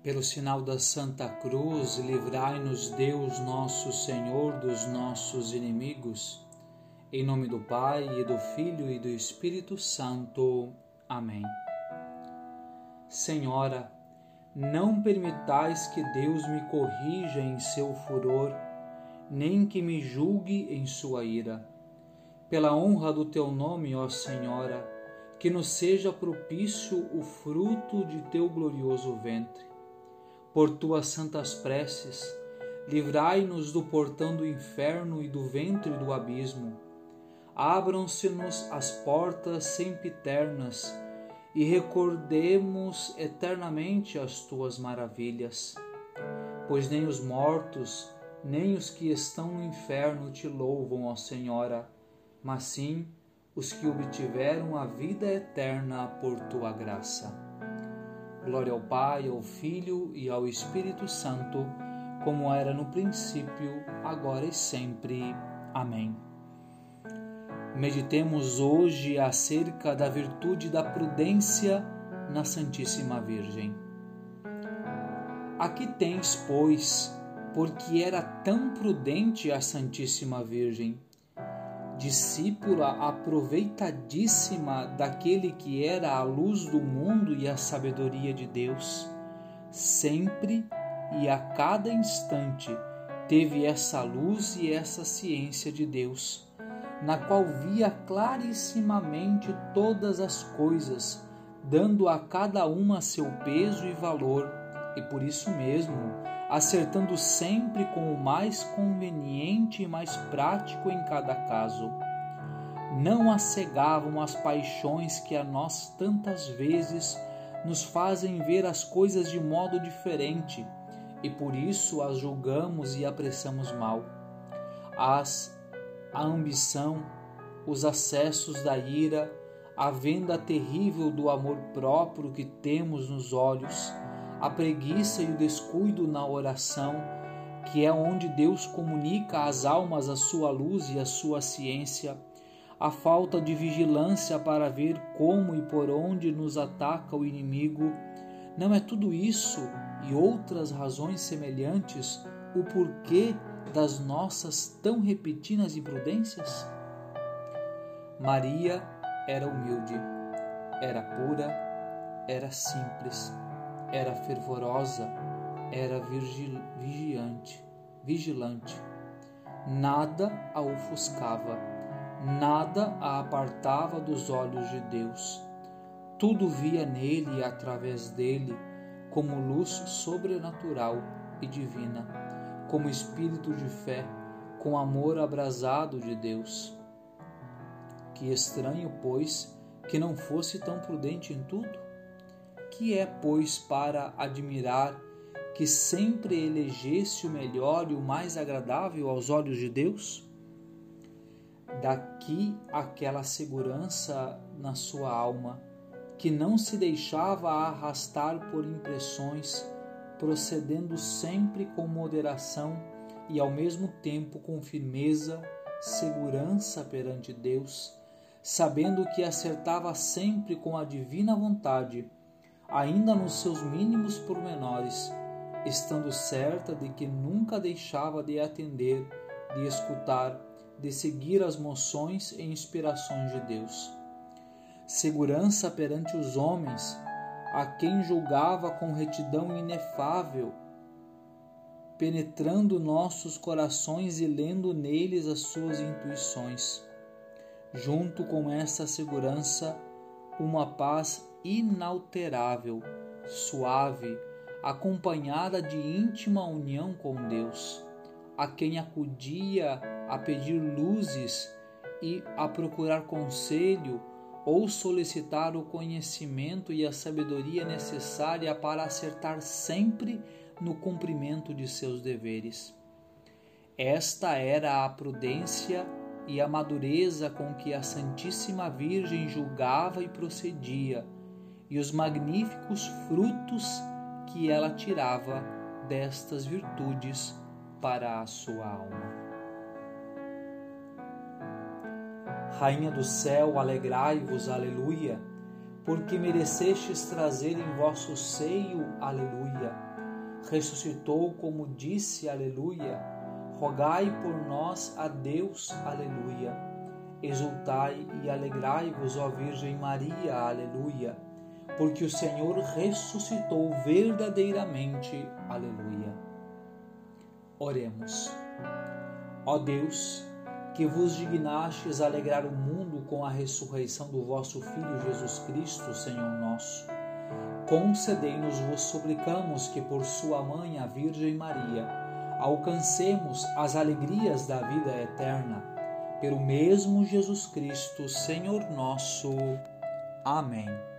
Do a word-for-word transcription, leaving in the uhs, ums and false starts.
Pelo sinal da Santa Cruz, livrai-nos Deus nosso Senhor dos nossos inimigos. Em nome do Pai, e do Filho e do Espírito Santo. Amém. Senhora, não permitais que Deus me corrija em seu furor, nem que me julgue em sua ira. Pela honra do teu nome, ó Senhora, que nos seja propício o fruto de teu glorioso ventre. Por tuas santas preces, livrai-nos do portão do inferno e do ventre do abismo. Abram-se-nos as portas sempiternas e recordemos eternamente as tuas maravilhas. Pois nem os mortos, nem os que estão no inferno te louvam, ó Senhora, mas sim os que obtiveram a vida eterna por tua graça. Glória ao Pai, ao Filho e ao Espírito Santo, como era no princípio, agora e sempre. Amém. Meditemos hoje acerca da virtude da prudência na Santíssima Virgem. Aqui tens, pois, porque era tão prudente a Santíssima Virgem, discípula aproveitadíssima daquele que era a luz do mundo e a sabedoria de Deus, sempre e a cada instante teve essa luz e essa ciência de Deus, na qual via clarissimamente todas as coisas, dando a cada uma seu peso e valor, e por isso mesmo acertando sempre com o mais conveniente e mais prático em cada caso. Não a cegavam as paixões que a nós tantas vezes nos fazem ver as coisas de modo diferente, e por isso as julgamos e apressamos mal. As, a ambição, os acessos da ira, a venda terrível do amor próprio que temos nos olhos, a preguiça e o descuido na oração, que é onde Deus comunica às almas a sua luz e a sua ciência, a falta de vigilância para ver como e por onde nos ataca o inimigo, não é tudo isso e outras razões semelhantes o porquê das nossas tão repentinas imprudências? Maria era humilde, era pura, era simples, era fervorosa, era vigiante, vigilante. Nada a ofuscava, nada a apartava dos olhos de Deus. Tudo via nele e através dele como luz sobrenatural e divina, como espírito de fé, com amor abrasado de Deus. Que estranho, pois, que não fosse tão prudente em tudo? Que é, pois, para admirar que sempre elegesse o melhor e o mais agradável aos olhos de Deus? Daqui aquela segurança na sua alma, que não se deixava arrastar por impressões, procedendo sempre com moderação e ao mesmo tempo com firmeza, segurança perante Deus, sabendo que acertava sempre com a divina vontade, ainda nos seus mínimos pormenores, estando certa de que nunca deixava de atender, de escutar, de seguir as moções e inspirações de Deus. Segurança perante os homens, a quem julgava com retidão inefável, penetrando nossos corações e lendo neles as suas intuições. Junto com essa segurança, uma paz inalterável, suave, acompanhada de íntima união com Deus, a quem acudia a pedir luzes e a procurar conselho ou solicitar o conhecimento e a sabedoria necessária para acertar sempre no cumprimento de seus deveres. Esta era a prudência e a madureza com que a Santíssima Virgem julgava e procedia, e os magníficos frutos que ela tirava destas virtudes para a sua alma. Rainha do céu, alegrai-vos, aleluia, porque merecestes trazer em vosso seio, aleluia, ressuscitou como disse, aleluia. Rogai por nós a Deus, aleluia. Exultai e alegrai-vos, ó Virgem Maria, aleluia, porque o Senhor ressuscitou verdadeiramente, aleluia. Oremos. Ó Deus, que vos dignastes alegrar o mundo com a ressurreição do vosso Filho Jesus Cristo, Senhor nosso, concedei-nos, vos suplicamos, que por sua mãe, a Virgem Maria, alcancemos as alegrias da vida eterna, pelo mesmo Jesus Cristo, Senhor nosso. Amém.